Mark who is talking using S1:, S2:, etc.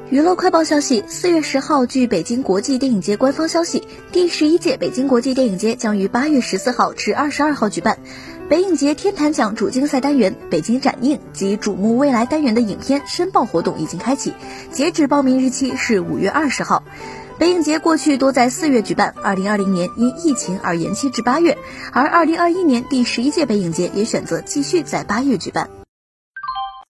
S1: 娱乐快报消息，4月10号，据北京国际电影节官方消息，第11届北京国际电影节将于8月14号至22号举办。北影节天坛奖主竞赛单元、北京展映及瞩目未来单元的影片申报活动已经开启，截止报名日期是5月20号。北影节过去多在4月举办，2020年因疫情而延期至8月，而2021年第11届北影节也选择继续在8月举办。